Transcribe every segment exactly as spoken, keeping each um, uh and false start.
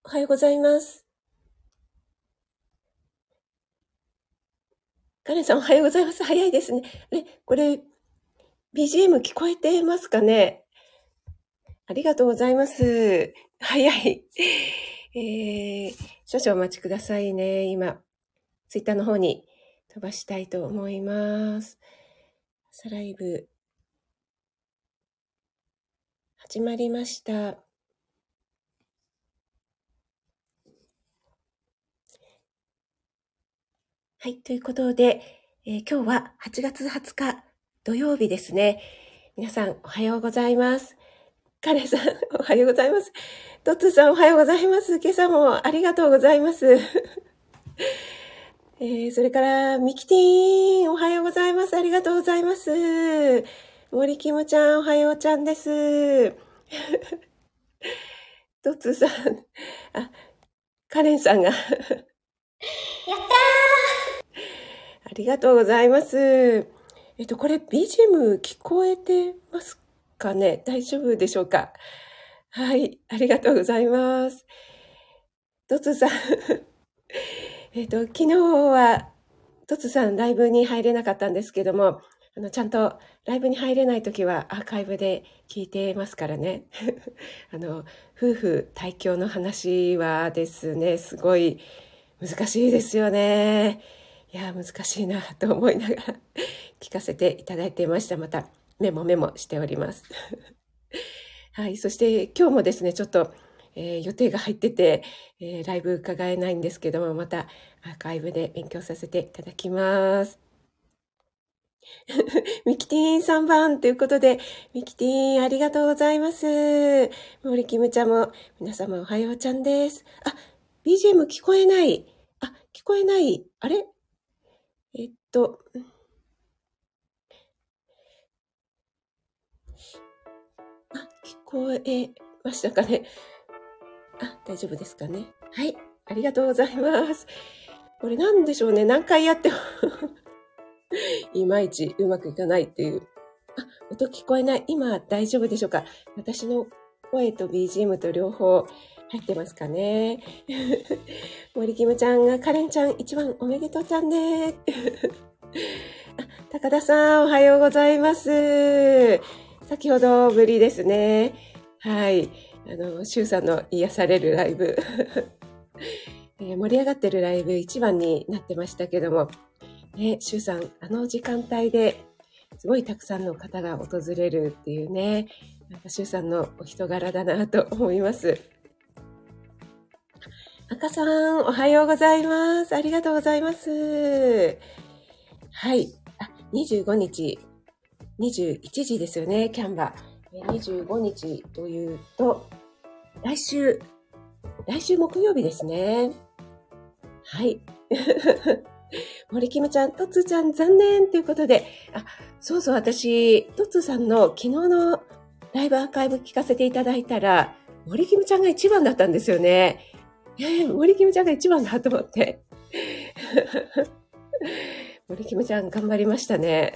おはようございます。カレンさんおはようございます。早いですね。え、これ、ビージーエム 聞こえてますかね？ありがとうございます。早い。えー、少々お待ちくださいね。今、ツイッターの方に飛ばしたいと思います。朝ライブ、始まりました。はい、ということで、えー今日ははちがつはつか土曜日ですね。皆さんおはようございます。カレンさんおはようございます。トッツーさんおはようございます。今朝もありがとうございます。えー、それから、ミキティーン、おはようございます。ありがとうございます。森キムちゃん、おはようちゃんです。トッツーさん、あ、カレンさんが、ありがとうございます。えっと、これ ビージーエム 聞こえてますかね？大丈夫でしょうか？はい、ありがとうございます。トツさん、えっと、昨日は、トツさんライブに入れなかったんですけども、あの、ちゃんとライブに入れないときはアーカイブで聞いてますからね。あの、夫婦対境の話はですね、すごい難しいですよね。いや、難しいなと思いながら聞かせていただいていました。またメモメモしております。はい、そして今日もですね、ちょっと、えー予定が入ってて、えーライブ伺えないんですけども、またアーカイブで勉強させていただきます。ミキティーンさんばんということで、ミキティーンありがとうございます。森キムちゃんも、皆様おはようちゃんです。あ、ビージーエム 聞こえない。あ、聞こえない。あれえっと、あ、聞こえましたかね？あ、大丈夫ですかね？はい、ありがとうございます。これなんでしょうね。何回やってもいまいちうまくいかないっていう。あ、音聞こえない。今大丈夫でしょうか？私の声と ビージーエム と両方入ってますかね？森キムちゃんがカレンちゃん一番おめでとうちゃんね。高田さんおはようございます。先ほどぶりですね。はい。あの、シュウさんの癒されるライブ。えー盛り上がってるライブ一番になってましたけども、ね、シュウさん、あの時間帯ですごいたくさんの方が訪れるっていうね、なんかシュウさんのお人柄だなと思います。赤さん、おはようございます。ありがとうございます。はい。あ、にじゅうごにち、にじゅういちじですよね、キャンバー。にじゅうごにちというと、来週、来週木曜日ですね。はい。森キムちゃん、トッツーちゃん残念ということで、あ、そうそう、私、トッツーさんの昨日のライブアーカイブ聞かせていただいたら、森キムちゃんが一番だったんですよね。えー、森キムちゃんが一番だと思って。森キムちゃん頑張りましたね。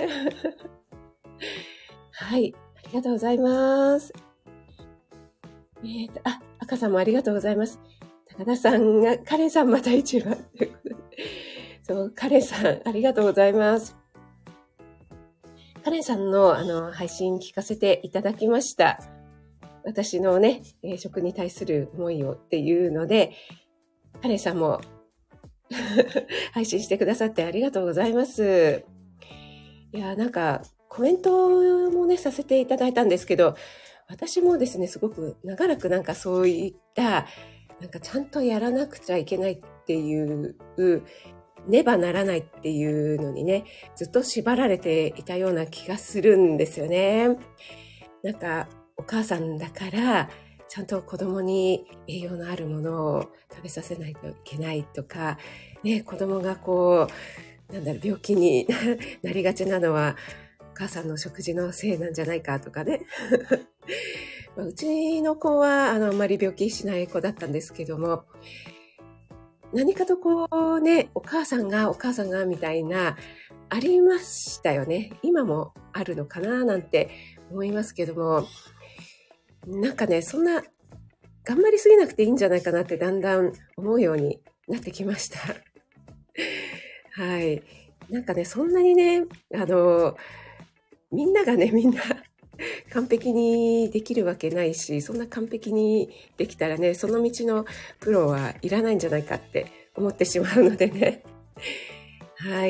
はい、ありがとうございます。えーと、あ、赤さんもありがとうございます。高田さんが、カレンさんまた一番ということで。そう、カレンさん、ありがとうございます。カレンさんのあの配信聞かせていただきました。私のね、えー食に対する思いをっていうので、カレンさんも配信してくださってありがとうございます。いや、なんかコメントもね、させていただいたんですけど、私もですね、すごく長らくなんかそういった、なんかちゃんとやらなくちゃいけないっていう、ねばならないっていうのにね、ずっと縛られていたような気がするんですよね。なんか、お母さんだから、ちゃんと子供に栄養のあるものを食べさせないといけないとか、ね、子供がこう、なんだろう、病気になりがちなのは、お母さんの食事のせいなんじゃないかとかね。まあうちの子は、あの、あんまり病気しない子だったんですけども、何かとこうね、お母さんがお母さんがみたいな、ありましたよね。今もあるのかななんて思いますけども、なんかね、そんな頑張りすぎなくていいんじゃないかなってだんだん思うようになってきました。はい。なんかね、そんなにね、あの、みんながね、みんな完璧にできるわけないし、そんな完璧にできたらね、その道のプロはいらないんじゃないかって思ってしまうのでね。はい。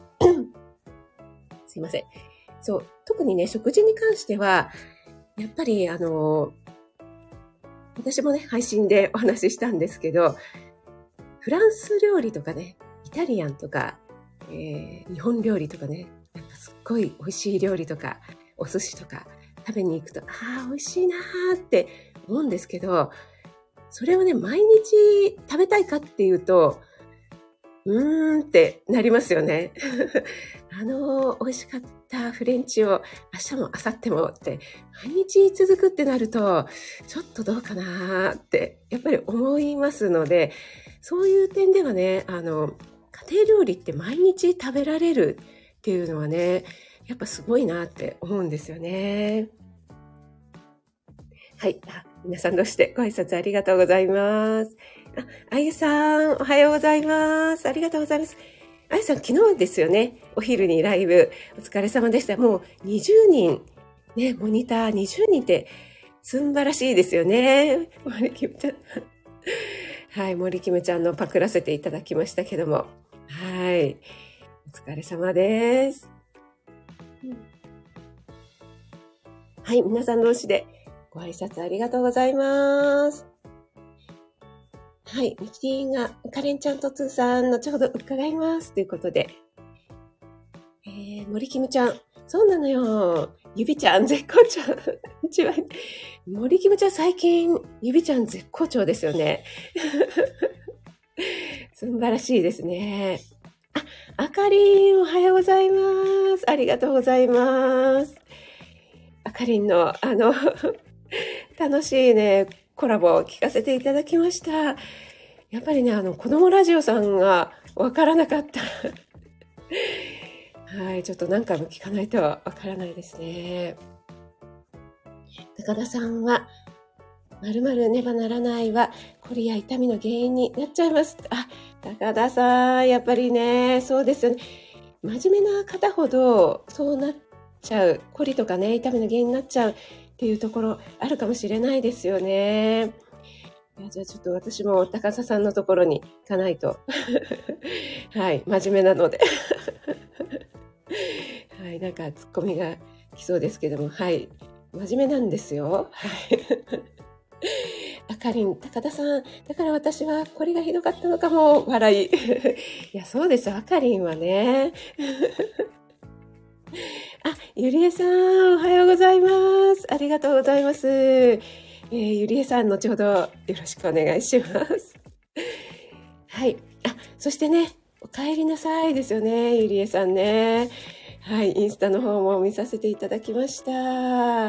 すいません。そう、特にね、食事に関しては、やっぱりあの、私もね、配信でお話ししたんですけど、フランス料理とかね、イタリアンとか、えー、日本料理とかね、なんかすっごい美味しい料理とか、お寿司とか食べに行くと、ああ、美味しいなーって思うんですけど、それをね、毎日食べたいかっていうと、うーんってなりますよね。あの美味しかったフレンチを明日も明後日もって毎日続くってなるとちょっとどうかなってやっぱり思いますので、そういう点ではね、あの家庭料理って毎日食べられるっていうのはね、やっぱすごいなって思うんですよね。はい。あ、皆さんどうしてご挨拶ありがとうございます。あ、あゆさん、おはようございます。ありがとうございます。あゆさん、昨日ですよね。お昼にライブ。お疲れ様でした。もうにじゅうにん、ね、モニターにじゅうにんって素晴らしいですよね。森キムちゃん。はい、森キムちゃんのパクらせていただきましたけども。はい。お疲れ様です。はい、皆さん同士でご挨拶ありがとうございます。はい、ミキティがカレンちゃんとつーさん、後ほど伺いますということで、えー、森キムちゃん、そうなのよ、ゆびちゃん絶好調。一番森キムちゃん最近ゆびちゃん絶好調ですよね。素晴らしいですね。あ、あかりんおはようございます。ありがとうございます。あかりんのあの楽しいねコラボを聞かせていただきました。やっぱりね、あの子供ラジオさんがわからなかった。はい、ちょっと何回も聞かないとわからないですね。高田さんは、まるまるねばならないは、こりや痛みの原因になっちゃいます。あ、高田さん、やっぱりね、そうですよね。真面目な方ほど、そうなっちゃう。こりとかね、痛みの原因になっちゃうっていうところ、あるかもしれないですよね。いや、じゃあちょっと私も高田さんのところに行かないと。はい、真面目なので。はい、なんかツッコミが来そうですけども、はい、真面目なんですよ。はい。あかりん、高田さん、だから私はこれがひどかったのかも、笑い。いや、そうです、あかりんはね。あ、ゆりえさん、おはようございます。ありがとうございます。えー、ゆりえさん、後ほどよろしくお願いします。はい。あ、そしてね、お帰りなさいですよね、ゆりえさんね。はい、インスタの方も見させていただきました。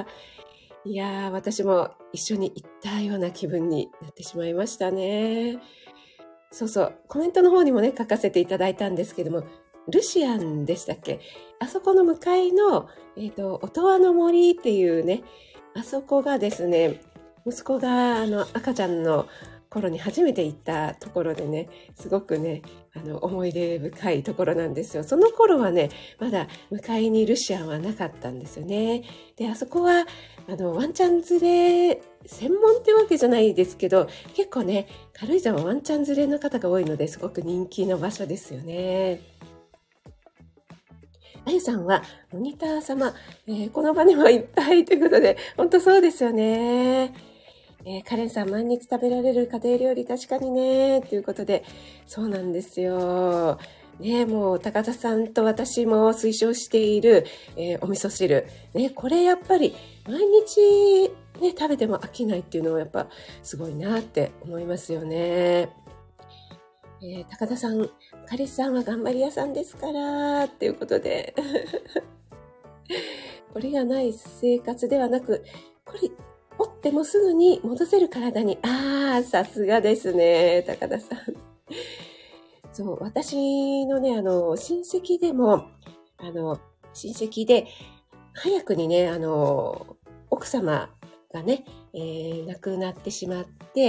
いやー、私も一緒に行ったような気分になってしまいましたね。そうそう、コメントの方にもね、書かせていただいたんですけども、ルシアンでしたっけ？あそこの向かいの、えっと、音羽の森っていうね、あそこがですね、息子があの赤ちゃんの頃に初めて行ったところでね、すごくね、あの思い出深いところなんですよ。その頃はね、まだ向かいにルシアンはなかったんですよね。で、あそこはあのワンちゃん連れ専門ってわけじゃないですけど、結構ね、軽井沢ワンちゃん連れの方が多いのですごく人気の場所ですよね。あゆさんはモニター様、えー、この場にもいっぱいということで、本当そうですよね。えー、カレンさん、毎日食べられる家庭料理確かにね、ということで、そうなんですよ。ね、もう高田さんと私も推奨している、えー、お味噌汁。ね、これやっぱり毎日、ね、食べても飽きないっていうのはやっぱすごいなって思いますよね。えー、高田さん、カリスさんは頑張り屋さんですから、っていうことで。これがない生活ではなく、これ、折ってもすぐに戻せる体に。ああ、さすがですね、高田さん。そう、私のね、あの、親戚でも、あの、親戚で、早くにね、あの、奥様がね、えー、亡くなってしまって、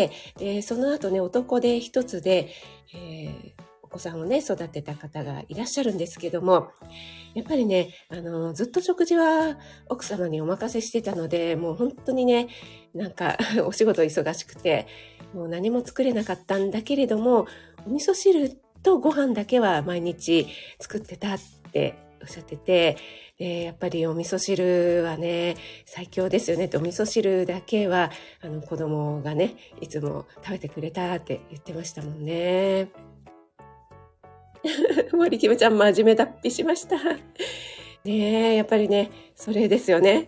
でその後ね、男で一つで、えー、お子さんをね、育てた方がいらっしゃるんですけども、やっぱりね、あの、ずっと食事は奥様にお任せしてたので、もう本当にね、なんかお仕事忙しくて、もう何も作れなかったんだけれども、お味噌汁とご飯だけは毎日作ってたっておっしゃってて、でやっぱりお味噌汁はね、最強ですよねって、お味噌汁だけはあの子供がね、いつも食べてくれたって言ってましたもんね。森キムちゃん真面目脱皮しました。ねえ、やっぱりね、それですよね。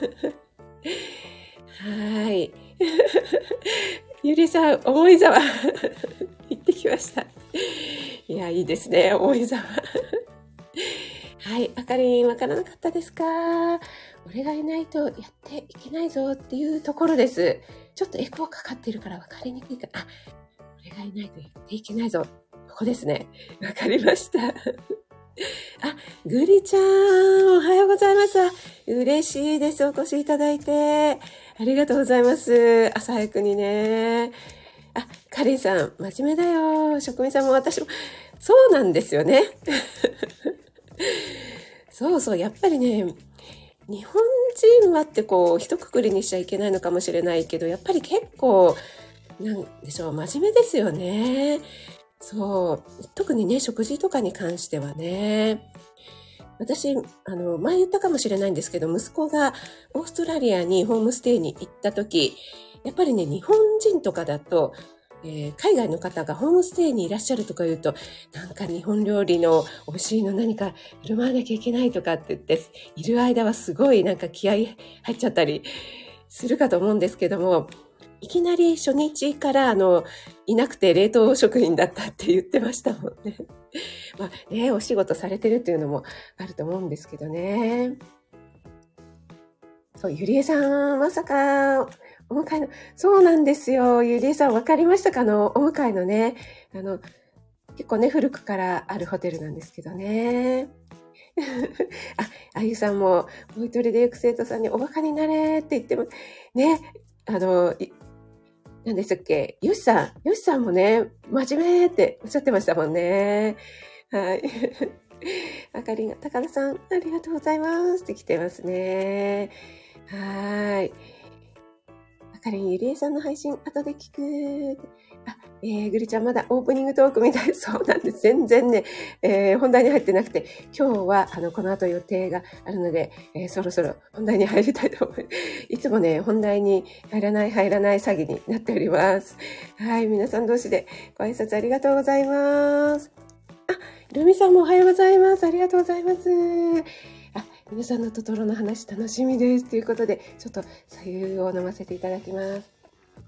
はい。ゆりさん、重井沢行ってきました。いや、いいですね、重井沢。はい、あかりん、わからなかったですか？俺がいないとやっていけないぞっていうところです。ちょっとエコーかかってるからわかりにくいかな。あ、俺がいないとやっていけないぞ。ここですね。わかりました。あ、ぐりちゃん、おはようございます。嬉しいです。お越しいただいて。ありがとうございます。朝早くにね。あ、かりんさん、真面目だよ。職人さんも私も。そうなんですよね。そうそう、やっぱりね、日本人はってこう、一括りにしちゃいけないのかもしれないけど、やっぱり結構、なんでしょう、真面目ですよね。そう。特にね、食事とかに関してはね。私、あの、前言ったかもしれないんですけど、息子がオーストラリアにホームステイに行った時、やっぱりね、日本人とかだと、えー、海外の方がホームステイにいらっしゃるとか言うと、なんか日本料理の美味しいの何か振る舞わなきゃいけないとかって言って、いる間はすごいなんか気合い入っちゃったりするかと思うんですけども、いきなり初日からあの、いなくて冷凍食品だったって言ってましたもんね。まあね、お仕事されてるっていうのもあると思うんですけどね。そう、ゆりえさん、まさか、お迎えの、そうなんですよ。ゆりえさん、わかりましたか？あの、お迎えのね、あの、結構ね、古くからあるホテルなんですけどね。あ、あゆさんも、ボイトレで行く生徒さんにおバカになれって言っても、ね、あの、何でしたっけ？よしさん、よしさんもね、真面目っておっしゃってましたもんね。はい。あかりが、高田さん、ありがとうございますって来てますね。はい。あかりん、ゆりえさんの配信、後で聞く。あ、えー、ぐりちゃんまだオープニングトークみたい。そうなんです。全然ね、えー、本題に入ってなくて、今日は、あの、この後予定があるので、えー、そろそろ本題に入りたいと思います。いつもね、本題に入らない、入らない詐欺になっております。はい、皆さん同士でご挨拶ありがとうございます。あ、ルミさんもおはようございます。ありがとうございます。あ、皆さんのトトロの話楽しみです。ということで、ちょっと左右を飲ませていただきます。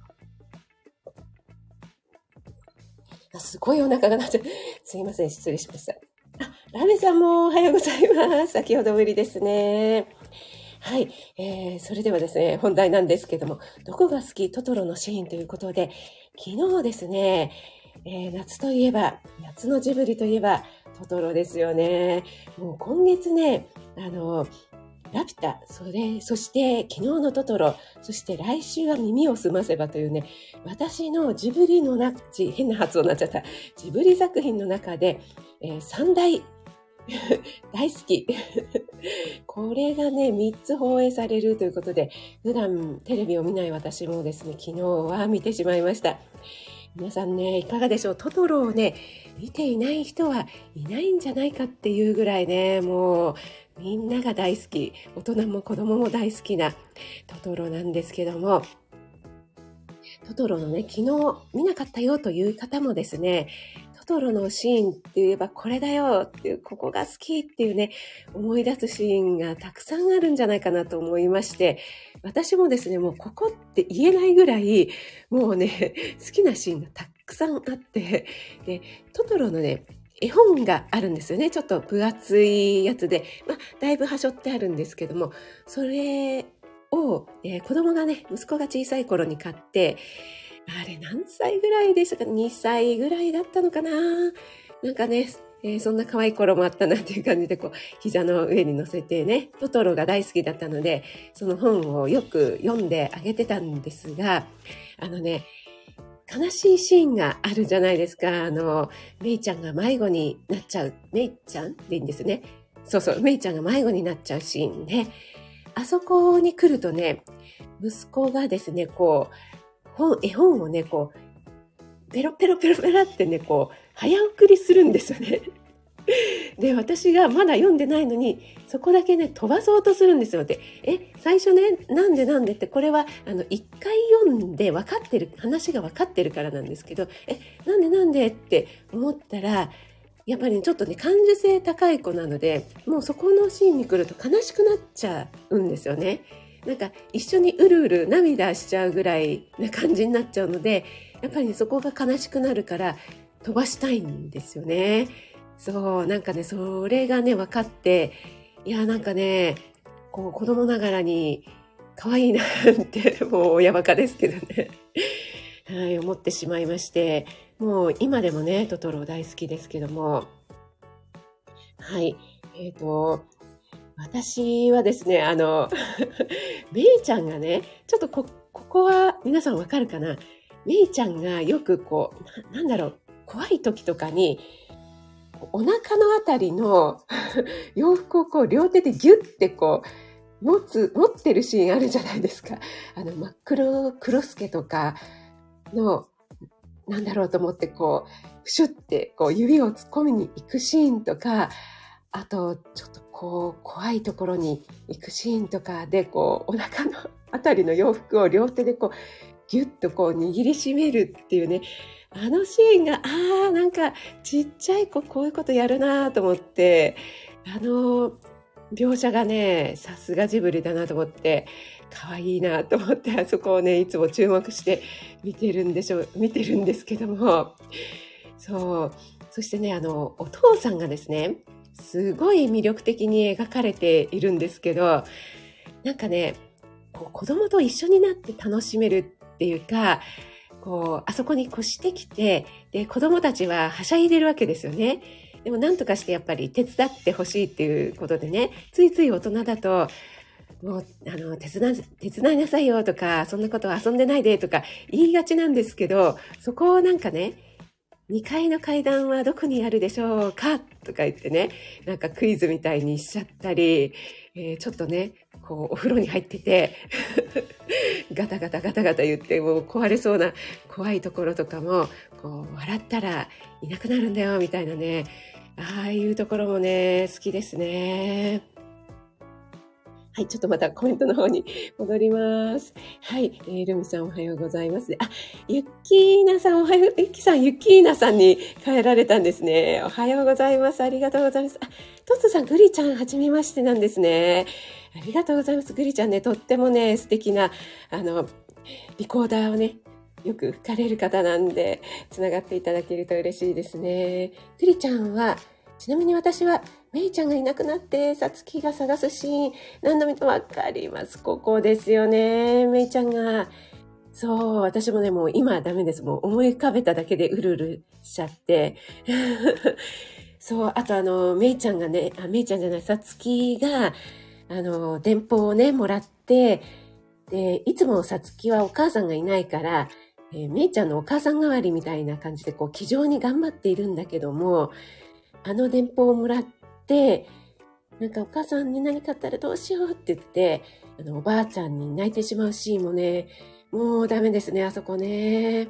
あ、すごいお腹が鳴っちゃう。すいません、失礼しました。あ、ラメさんもおはようございます。先ほどぶりですね。はい、えー、それではですね、本題なんですけども、どこが好きトトロのシーンということで、昨日ですね、えー、夏といえば、夏のジブリといえば、トトロですよね。もう今月ね、あの、ラピュタ、それ、そして昨日のトトロ、そして来週は耳をすませばというね、私のジブリの中、変な発音になっちゃった、ジブリ作品の中で、えー、三大、大好き。これがね、みっつ放映されるということで、普段テレビを見ない私もですね、昨日は見てしまいました。皆さんね、いかがでしょう？トトロをね、見ていない人はいないんじゃないかっていうぐらいね、もうみんなが大好き、大人も子供も大好きなトトロなんですけども、トトロのね、昨日見なかったよという方もですね、トトロのシーンって言えばこれだよっていう、ここが好きっていうね、思い出すシーンがたくさんあるんじゃないかなと思いまして、私もですね、もうここって言えないぐらい、もうね、好きなシーンがたくさんあって、で、トトロのね、絵本があるんですよね。ちょっと分厚いやつで、まあ、だいぶ端折ってあるんですけども、それを、えー子供がね、息子が小さい頃に買って、あれ何歳ぐらいでしたか？ に 歳ぐらいだったのかな。なんかね、 えー、そんな可愛い頃もあったなっていう感じで、こう、膝の上に乗せてね、トトロが大好きだったので、その本をよく読んであげてたんですが、あのね、悲しいシーンがあるじゃないですか。あの、メイちゃんが迷子になっちゃう。メイちゃんでいいんですね。そうそう、メイちゃんが迷子になっちゃうシーンね。あそこに来るとね、息子がですね、こう、本、絵本をね、こう、ペロペロペロペロってね、こう、早送りするんですよね。で、私がまだ読んでないのに、そこだけね、飛ばそうとするんですよ。で、え、最初ね、なんでなんでって、これは、あの、一回読んで分かってる、話が分かってるからなんですけど、え、なんでなんでって思ったら、やっぱり、ね、ちょっとね、感受性高い子なので、もうそこのシーンに来ると悲しくなっちゃうんですよね。なんか、一緒にうるうる涙しちゃうぐらいな感じになっちゃうので、やっぱり、ね、そこが悲しくなるから飛ばしたいんですよね。そう、なんかね、それがね、分かって、いや、なんかね、こう、子供ながらに、可愛いなって、もう親バカですけどね。はい、思ってしまいまして、もう今でもね、トトロ大好きですけども、はい、えっと、私はですね、あの、メイちゃんがね、ちょっとこ、ここは皆さんわかるかな？メイちゃんがよくこう、な、なんだろう、怖い時とかに、お腹のあたりの洋服をこう両手でギュッてこう持つ、持ってるシーンあるじゃないですか。あの真っ黒クロスケとかの、なんだろうと思ってこう、プシュってこう指を突っ込みに行くシーンとか、あとちょっとこう怖いところに行くシーンとかでこうお腹のあたりの洋服を両手でこうギュッとこう握りしめるっていうね、あのシーンが、ああ、なんか、ちっちゃい子こういうことやるなと思って、あの、描写がね、さすがジブリだなと思って、可愛いなと思って、あそこをね、いつも注目して見てるんでしょう、見てるんですけども、そう。そしてね、あの、お父さんがですね、すごい魅力的に描かれているんですけど、なんかね、こう子供と一緒になって楽しめるっていうか、こう、あそこに越してきて、で、子供たちははしゃいでるわけですよね。でも何とかしてやっぱり手伝ってほしいっていうことでね、ついつい大人だと、もう、あの、手伝い、手伝いなさいよとか、そんなことは遊んでないでとか言いがちなんですけど、そこをなんかね、にかいの階段はどこにあるでしょうかとか言ってね、なんかクイズみたいにしちゃったり、えー、ちょっとね、こうお風呂に入っててガタガタガタガタ言ってもう壊れそうな怖いところとかもこう笑ったらいなくなるんだよみたいなね、ああいうところもね好きですね。はい、ちょっとまたコメントの方に戻ります。はい、えー、ルミさんおはようございます。あ、ゆっきーなさんおはよう、ゆっきさん、ゆっきーなさんに変えられたんですね。おはようございます。ありがとうございます。あ、トッツさん、グリちゃん、はじめましてなんですね。ありがとうございます。グリちゃんね、とってもね、素敵な、あの、リコーダーをね、よく吹かれる方なんで、つながっていただけると嬉しいですね。グリちゃんは、ちなみに私は、メイちゃんがいなくなって、さつきが探すシーン、何度見てもわかります。ここですよね。メイちゃんが。そう、私もね、もう今はダメです。もう思い浮かべただけでうるうるしちゃって。そう、あとあの、メイちゃんがね、あ、メイちゃんじゃない、さつきが、あの、電報をね、もらって、で、いつもさつきはお母さんがいないから、えー、メイちゃんのお母さん代わりみたいな感じで、こう、気丈に頑張っているんだけども、あの電報をもらって、なんかお母さんに何かあったらどうしようって言って、あのおばあちゃんに泣いてしまうシーンもね、もうダメですね、あそこね。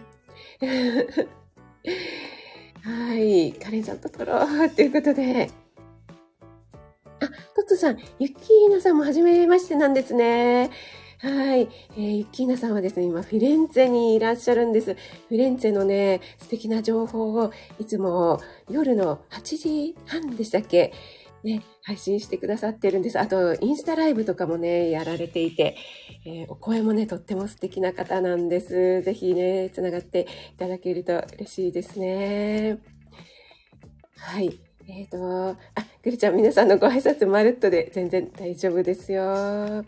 はい、カレンさんと撮ろうということで。あ、トッツさん、ユッキーナさんも初めましてなんですね。はい、えー、ユッキーナさんはですね、今フィレンツェにいらっしゃるんです。フィレンツェのね、素敵な情報をいつも夜のはちじはんでしたっけね、配信してくださってるんです。あと、インスタライブとかもね、やられていて、えー、お声もね、とっても素敵な方なんです。ぜひね、つながっていただけると嬉しいですね。はい。えっと、あ、グリちゃん、皆さんのご挨拶まるっとで全然大丈夫ですよ。はい。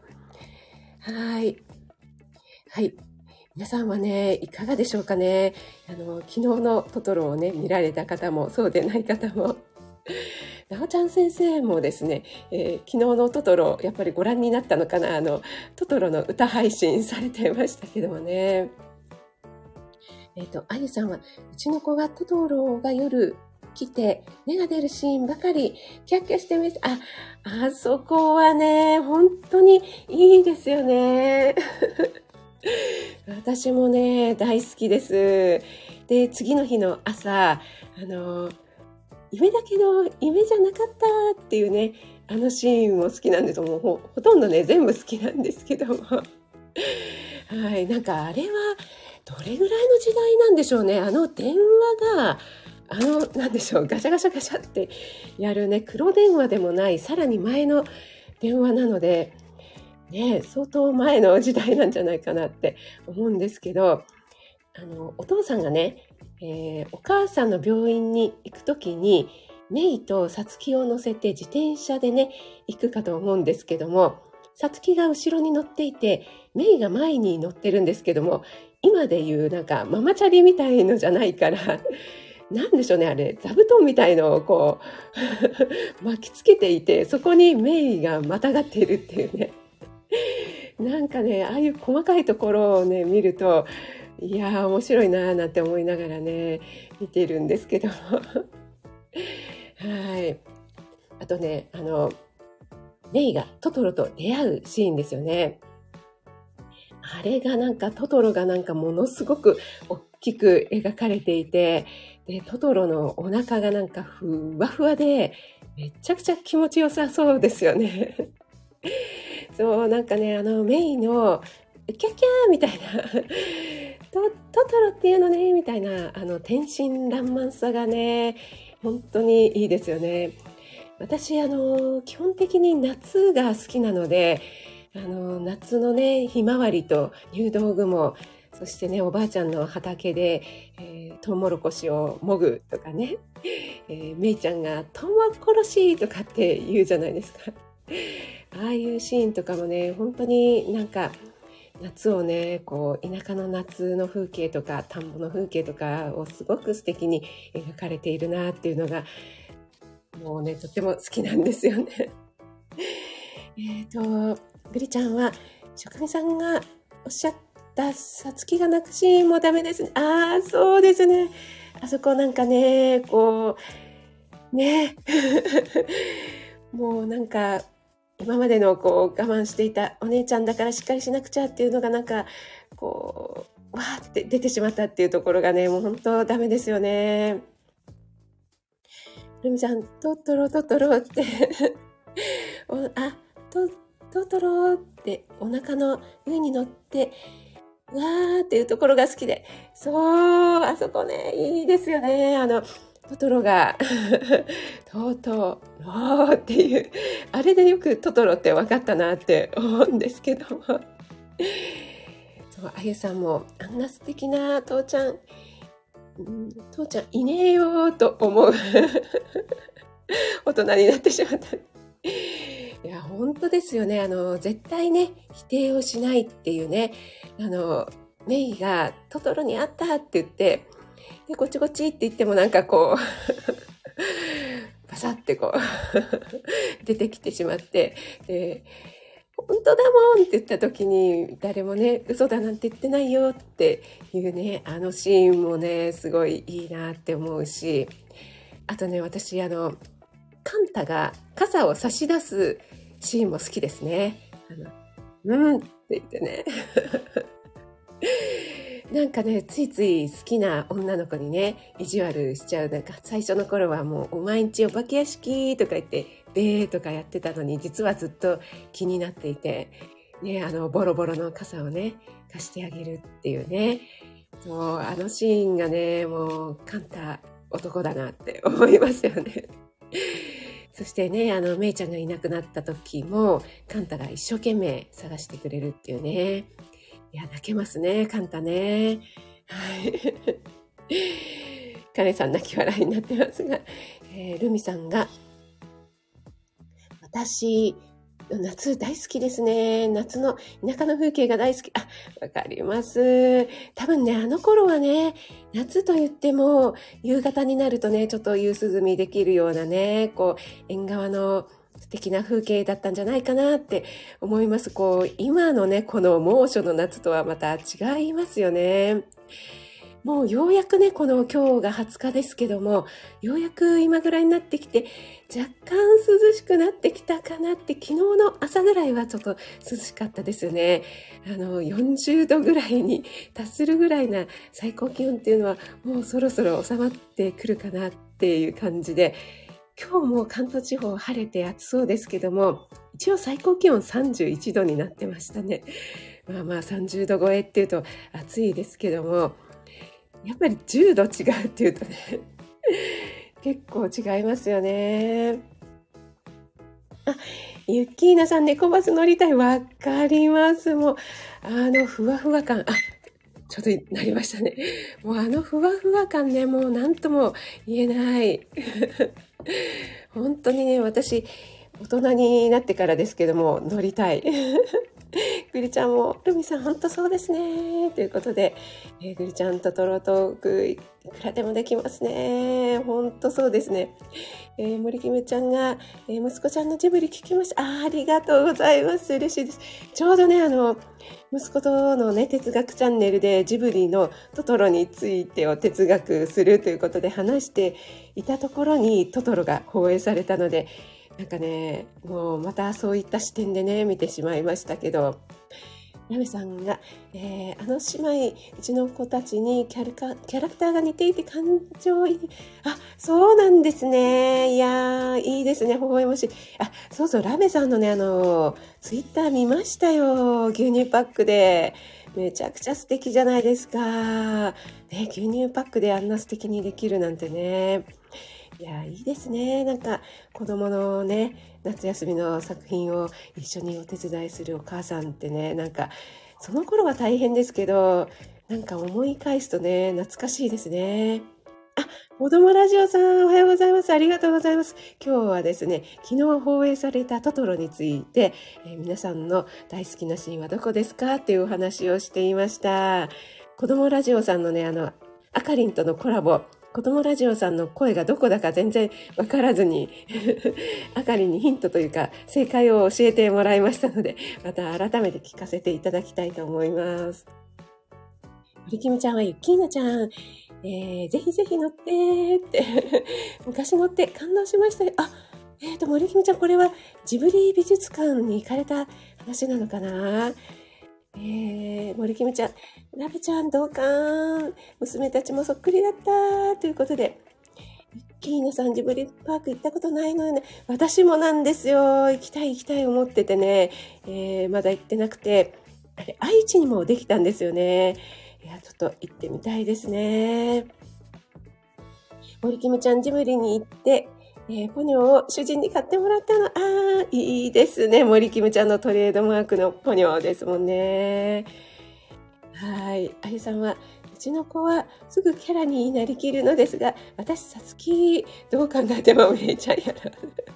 はい。皆さんはね、いかがでしょうかね。あの、昨日のトトロをね、見られた方も、そうでない方も。 なおちゃん先生もですね、えー昨日のトトロ、やっぱりご覧になったのかな、あの、トトロの歌配信されてましたけどもね。えっ、と、あゆさんは、うちの子がトトロが夜来て、芽が出るシーンばかり、キャッキャしてます。あ、あそこはね、本当にいいですよね。私もね、大好きです。で、次の日の朝、あの、夢だけど、夢じゃなかったっていうね、あのシーンも好きなんです。もうほ、ほとんどね、全部好きなんですけども。はい、なんかあれは、どれぐらいの時代なんでしょうね。あの電話が、あの、なんでしょう、ガシャガシャガシャってやるね、黒電話でもない、さらに前の電話なので、ね、相当前の時代なんじゃないかなって思うんですけど、あの、お父さんがね、えーお母さんの病院に行くときに、メイとサツキを乗せて自転車でね、行くかと思うんですけども、サツキが後ろに乗っていて、メイが前に乗ってるんですけども、今で言うなんかママチャリみたいのじゃないから、なんでしょうね、あれ、座布団みたいのをこう、巻きつけていて、そこにメイがまたがっているっていうね。なんかね、ああいう細かいところをね、見ると、いやー、面白いなーなんて思いながらね、見てるんですけど。はい。あとね、あの、メイがトトロと出会うシーンですよね。あれがなんかトトロがなんかものすごく大きく描かれていて、で、トトロのお腹がなんかふわふわで、めちゃくちゃ気持ちよさそうですよね。そう、なんかね、あのメイのキャッキャーみたいな、トトトロっていうのね、みたいな、あの天真爛漫さがね、本当にいいですよね。私、あの、基本的に夏が好きなので、あの、夏のね、ひまわりと入道雲、そしてね、おばあちゃんの畑で、えー、トウモロコシをもぐとかね、えー、めいちゃんがトウモロコシとかって言うじゃないですか。ああいうシーンとかもね、本当になんか、夏をね、こう、田舎の夏の風景とか、田んぼの風景とかをすごく素敵に描かれているなっていうのが、もうね、とっても好きなんですよね。えっと、ぐりちゃんは、しょかみさんがおっしゃったさつきが泣くシーンもダメですね。ああ、そうですね。あそこなんかね、こう、ね。もうなんか、今までのこう我慢していたお姉ちゃんだからしっかりしなくちゃっていうのがなんか、こう、わーって出てしまったっていうところがね、もう本当ダメですよね。ルミさん、トトロトトロっておあ、トトトロってお腹の上に乗って、うわーっていうところが好きで、そう、あそこね、いいですよね。あの、トトロが、トトロっていう、あれでよくトトロって分かったなって思うんですけども。そう、あゆさんも、あんな素敵な父ちゃん、うん、父ちゃんいねえよーと思う大人になってしまった。いや、本当ですよね。あの、絶対ね、否定をしないっていうね、あの、メイがトトロに会ったって言って、で、こっちこっちって言ってもなんかこう、パサってこう、出てきてしまって、で、本当だもんって言った時に、誰もね、嘘だなんて言ってないよっていうね、あのシーンもね、すごいいいなって思うし、あとね、私、あの、カンタが傘を差し出すシーンも好きですね。あの、うんって言ってね。なんかね、ついつい好きな女の子にね、意地悪しちゃう。なんか最初の頃はもう、お前んちお化け屋敷とか言って、べーとかやってたのに、実はずっと気になっていて、ね、あの、ボロボロの傘をね、貸してあげるっていうね。そう、あのシーンがね、もう、カンタ男だなって思いますよね。そしてね、あの、めいちゃんがいなくなった時も、カンタが一生懸命探してくれるっていうね。いや、泣けますね、カンタね。はい。カネさん泣き笑いになってますが、えールミさんが、私、 夏大好きですね。夏の田舎の風景が大好き。あ、わかります。多分ね、あの頃はね、夏と言っても、夕方になるとね、ちょっと夕涼みできるようなね、こう、縁側の素敵な風景だったんじゃないかなって思います。こう、今のね、この猛暑の夏とはまた違いますよね。もうようやくね、この今日がはつかですけども、ようやく今ぐらいになってきて、若干涼しくなってきたかなって、昨日の朝ぐらいはちょっと涼しかったですよね。あの、よんじゅうどぐらいに達するぐらいな最高気温っていうのは、もうそろそろ収まってくるかなっていう感じで、今日も関東地方晴れて暑そうですけども、一応最高気温さんじゅういちどになってましたね。まあまあさんじゅうど超えっていうと暑いですけども、やっぱりじゅうど違うっていうとね結構違いますよね。あ、ユッキーナさん、猫バス乗りたい。わかります。もう、あの、ふわふわ感。あ、ちょっとなりましたね。もうあのふわふわ感ね、もう何とも言えない。本当にね、私、大人になってからですけども、乗りたい。グリちゃんも、ルミさん、本当そうですね。ということで、えー、グリちゃんとトロトーク、いくらでもできますね。本当そうですね。えー、森キムちゃんが、えー、息子ちゃんのジブリ聞きました。あ、ありがとうございます。嬉しいです。ちょうどね、あの、息子とのね、哲学チャンネルでジブリのトトロについてを哲学するということで話していたところにトトロが放映されたので、なんかね、もうまたそういった視点でね、見てしまいましたけど、ラメさんが、えー、あの姉妹、うちの子たちにキャラカキャラクターが似ていて感情いい。あ、そうなんですね。いやー、いいですね。微笑ましい。あ、そうそう、ラメさんのね、あの、ツイッター見ましたよ。牛乳パックで。めちゃくちゃ素敵じゃないですか。ね、牛乳パックであんな素敵にできるなんてね。いや、いいですね。なんか、子供のね、夏休みの作品を一緒にお手伝いするお母さんってね、なんか、その頃は大変ですけど、なんか思い返すとね、懐かしいですね。あ、子供ラジオさん、おはようございます。ありがとうございます。今日はですね、昨日放映されたトトロについて、えー皆さんの大好きなシーンはどこですかっていうお話をしていました。子供ラジオさんのね、あの、あかりんとのコラボ、子供ラジオさんの声がどこだか全然わからずにあかりにヒントというか正解を教えてもらいましたので、また改めて聞かせていただきたいと思います。森キムちゃんはユッキーナちゃん、えー、ぜひぜひ乗ってって昔乗って感動しましたよ。あ、えっと、森キムちゃん、これはジブリ美術館に行かれた話なのかな。えー、森キムちゃん、ラブちゃん同感。娘たちもそっくりだった。ということで、キーナさんジブリパーク行ったことないのよね。私もなんですよ。行きたい行きたい思っててね、えー、まだ行ってなくて、あれ、愛知にもできたんですよね。いや、ちょっと行ってみたいですね。森キムちゃんジブリに行って、えー、ポニョを主人に買ってもらったの。あー、いいですね。森キムちゃんのトレードマークのポニョですもんね。はい。あゆさんは、うちの子はすぐキャラになりきるのですが、私、さつき、どう考えてもお姉ちゃんやろ。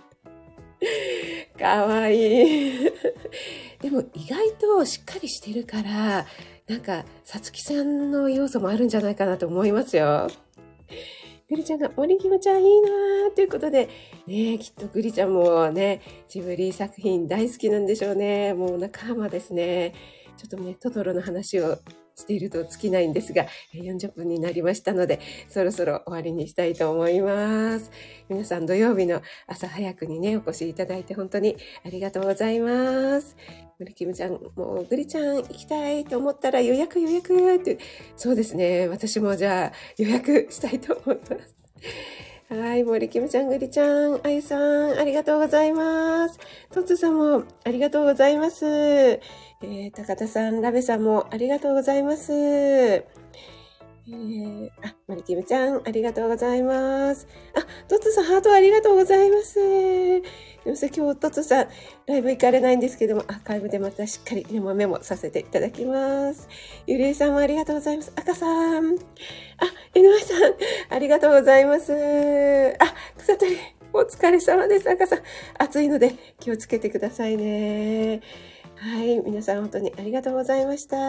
かわいい。でも意外としっかりしてるから、なんか、さつきさんの要素もあるんじゃないかなと思いますよ。グリちゃんが、森キムちゃんいいなーということで、ね、きっとグリちゃんもね、ジブリ作品大好きなんでしょうね。もう仲間ですね。ちょっとね、トトロの話をしていると尽きないんですが、よんじゅっぷんになりましたので、そろそろ終わりにしたいと思います。皆さん土曜日の朝早くにね、お越しいただいて本当にありがとうございます。森キムちゃん、もうグリちゃん行きたいと思ったら予約予約って、そうですね。私もじゃあ予約したいと思います。はい、森キムちゃん、グリちゃん、あゆさん、ありがとうございます。トッツさんもありがとうございます。えー、高田さん、ラベさんもありがとうございます。えー、あ、森キムちゃん、ありがとうございます。あ、トッツさん、ハートありがとうございます。でもさ、今日トッツさん、ライブ行かれないんですけども、アーカイブでまたしっかりメモメモさせていただきます。ゆりえさんもありがとうございます。赤さん、あ、井上さん、ありがとうございます。あ、草取り。 お疲れ様です。赤さん。暑いので気をつけてくださいね。はい。皆さん本当にありがとうございました。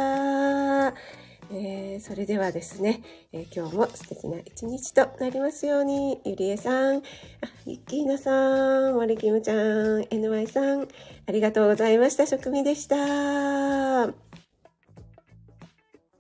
えー、それではですね、えー、今日も素敵な一日となりますように、ゆりえさん、あ、ゆっきーなさん、森キムちゃん、エヌワイ さん、ありがとうございました。食味でした。